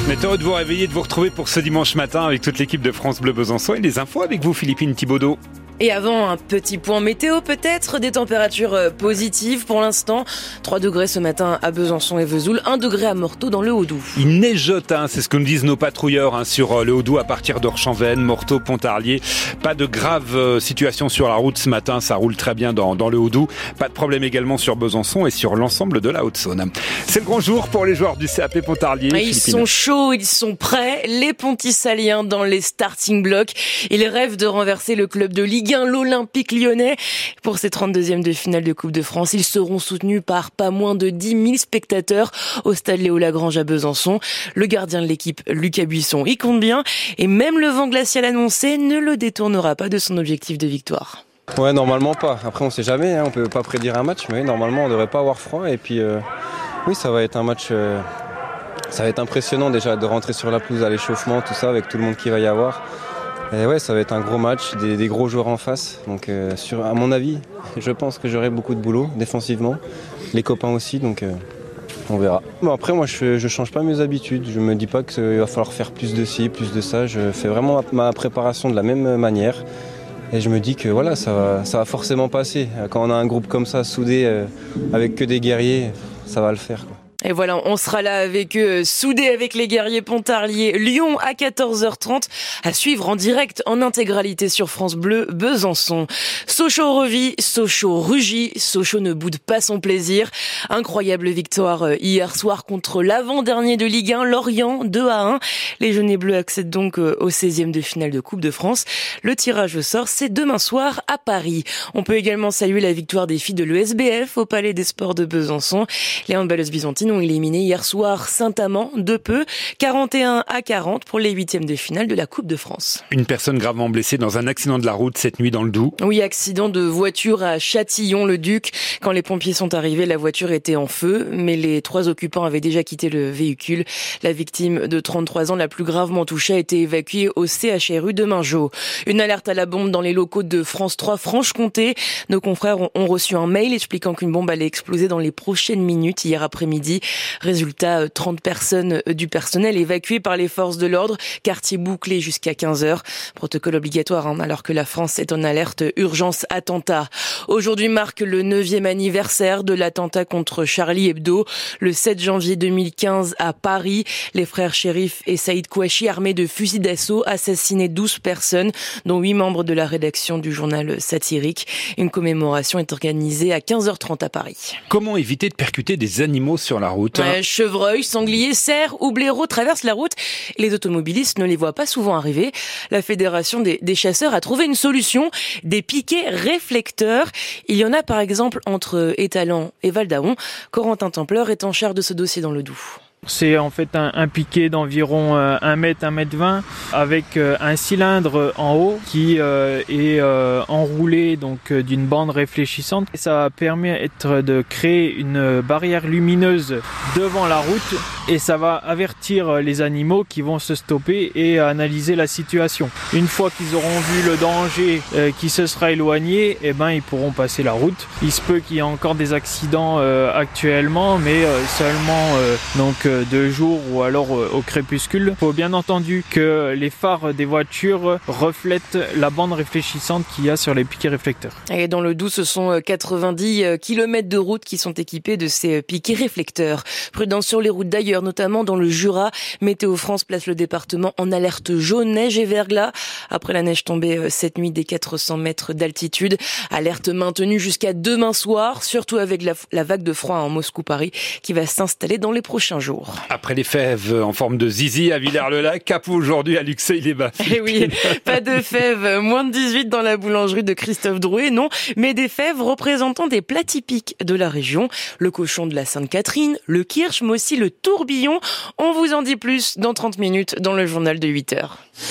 On est heureux de vous réveiller, de vous retrouver pour ce dimanche matin avec toute l'équipe de France Bleu Besançon et les infos avec vous, Philippine Thibaudot. Et avant, un petit point météo peut-être, des températures positives pour l'instant. 3 degrés ce matin à Besançon et Vesoul, 1 degré à Morteau dans le Haut-Doubs. Il neigeote, c'est ce que nous disent nos patrouilleurs sur le Haut-Doubs à partir d'Orchamps-Veynes, Morteau, Pontarlier. Pas de grave situation sur la route ce matin, ça roule très bien dans le Haut-Doubs. Pas de problème également sur Besançon et sur l'ensemble de la Haute-Saône. C'est le grand jour pour les joueurs du CAP Pontarlier. Ils sont chauds, ils sont prêts. Les Pontissaliens dans les starting blocks. Ils rêvent de renverser le club de Ligue 1, l'Olympique Lyonnais. Pour ces 32e de finale de Coupe de France, ils seront soutenus par pas moins de 10 000 spectateurs au stade Léo Lagrange à Besançon. Le gardien de l'équipe, Lucas Buisson, y compte bien. Et même le vent glacial annoncé ne le détournera pas de son objectif de victoire. Ouais, normalement pas. Après, on sait jamais, on peut pas prédire un match, mais normalement, on devrait pas avoir froid. Et puis, oui, ça va être un match. Ça va être impressionnant déjà de rentrer sur la pelouse à l'échauffement, tout ça, avec tout le monde qu'il va y avoir. Et ouais, ça va être un gros match, des gros joueurs en face. Donc, à mon avis, je pense que j'aurai beaucoup de boulot défensivement. Les copains aussi, donc on verra. Bon, après, moi, je change pas mes habitudes. Je me dis pas qu'il va falloir faire plus de ci, plus de ça. Je fais vraiment ma préparation de la même manière. Et je me dis que voilà, ça va forcément passer. Quand on a un groupe comme ça, soudé, avec que des guerriers, ça va le faire, quoi. Et voilà, on sera là avec eux, soudés avec les guerriers Pontarlier. Lyon à 14h30, à suivre en direct, en intégralité sur France Bleu Besançon. Sochaux revit, Sochaux rugit, Sochaux ne boude pas son plaisir. Incroyable victoire hier soir contre l'avant-dernier de Ligue 1, Lorient, 2-1. Les jaunes et bleus accèdent donc au 16e de finale de Coupe de France. Le tirage au sort, c'est demain soir à Paris. On peut également saluer la victoire des filles de l'ESBF au Palais des Sports de Besançon. Les handballeuses byzantines ont éliminé hier soir Saint-Amand de peu, 41-40 pour les 8e de finale de la Coupe de France. Une personne gravement blessée dans un accident de la route cette nuit dans le Doubs. Oui, accident de voiture à Châtillon-le-Duc. Quand les pompiers sont arrivés, la voiture était en feu, mais les 3 occupants avaient déjà quitté le véhicule. La victime de 33 ans, la plus gravement touchée, a été évacuée au CHRU de Mingeot. Une alerte à la bombe dans les locaux de France 3 Franche-Comté. Nos confrères ont reçu un mail expliquant qu'une bombe allait exploser dans les prochaines minutes hier après-midi. Résultat, 30 personnes du personnel évacuées par les forces de l'ordre. Quartier bouclé jusqu'à 15h. Protocole obligatoire, alors que la France est en alerte urgence attentat. Aujourd'hui marque le 9e anniversaire de l'attentat contre Charlie Hebdo. Le 7 janvier 2015 à Paris, les frères Chérif et Saïd Kouachi, armés de fusils d'assaut, assassinaient 12 personnes, dont 8 membres de la rédaction du journal satirique. Une commémoration est organisée à 15h30 à Paris. Comment éviter de percuter des animaux sur la route? Chevreuils, sangliers, cerfs ou blaireaux traversent la route et les automobilistes ne les voient pas souvent arriver. La Fédération des chasseurs a trouvé une solution, des piquets réflecteurs. Il y en a par exemple entre Étalon et Val-d'Aon. Corentin Templeur est en charge de ce dossier dans le Doubs. C'est en fait un piquet d'environ 1 mètre, 1 mètre 20 avec un cylindre en haut qui est enroulé donc d'une bande réfléchissante. Ça va permettre de créer une barrière lumineuse devant la route et ça va avertir les animaux qui vont se stopper et analyser la situation. Une fois qu'ils auront vu le danger qui se sera éloigné, ils pourront passer la route. Il se peut qu'il y ait encore des accidents actuellement, mais seulement 2 jours ou alors au crépuscule. Il faut bien entendu que les phares des voitures reflètent la bande réfléchissante qu'il y a sur les piquets réflecteurs. Et dans le Doubs, ce sont 90 km de route qui sont équipés de ces piquets réflecteurs. Prudence sur les routes d'ailleurs, notamment dans le Jura. Météo France place le département en alerte jaune, neige et verglas. Après la neige tombée cette nuit des 400 mètres d'altitude. Alerte maintenue jusqu'à demain soir, surtout avec la vague de froid en Moscou-Paris qui va s'installer dans les prochains jours. Après les fèves en forme de zizi à Villers-le-Lac, cap aujourd'hui à Luxeuil-les-Bains. Eh oui, pas de fèves, moins de 18 dans la boulangerie de Christophe Drouet, non, mais des fèves représentant des plats typiques de la région. Le cochon de la Sainte-Catherine, le kirsch, mais aussi le tourbillon. On vous en dit plus dans 30 minutes dans le journal de 8h.